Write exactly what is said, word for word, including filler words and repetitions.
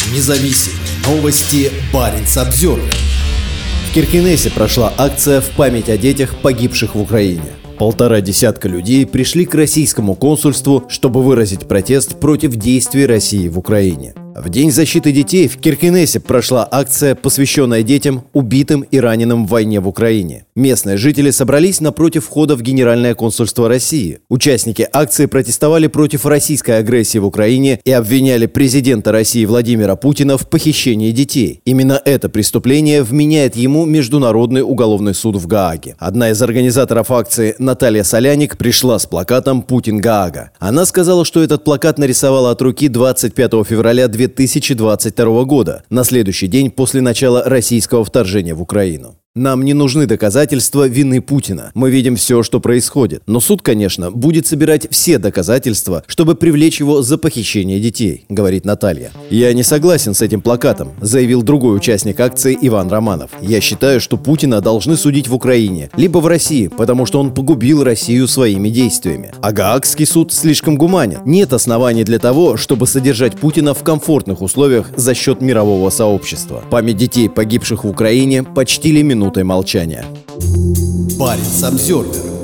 независим. Новости Баренц-Обзервер. В Киркенесе прошла акция в память о детях, погибших в Украине. Полтора десятка людей пришли к российскому консульству, чтобы выразить протест против действий России в Украине. В День защиты детей в Киркенесе прошла акция, посвященная детям, убитым и раненым в войне в Украине. Местные жители собрались напротив входа в Генеральное консульство России. Участники акции протестовали против российской агрессии в Украине и обвиняли президента России Владимира Путина в похищении детей. Именно это преступление вменяет ему Международный уголовный суд в Гааге. Одна из организаторов акции, Наталья Соляник, пришла с плакатом «Путин Гаага». Она сказала, что этот плакат нарисовала от руки двадцать пятого февраля две тысячи двадцать второго года, на следующий день после начала российского вторжения в Украину. Нам не нужны доказательства вины Путина. Мы видим все, что происходит. Но суд, конечно, будет собирать все доказательства, чтобы привлечь его за похищение детей, говорит Наталья. Я не согласен с этим плакатом, заявил другой участник акции Иван Романов. Я считаю, что Путина должны судить в Украине, либо в России, потому что он погубил Россию своими действиями. А Гаагский суд слишком гуманен. Нет оснований для того, чтобы содержать Путина в комфортных условиях за счет мирового сообщества. Память детей, погибших в Украине, почтили минутой молчания. Баренц-Обзервер.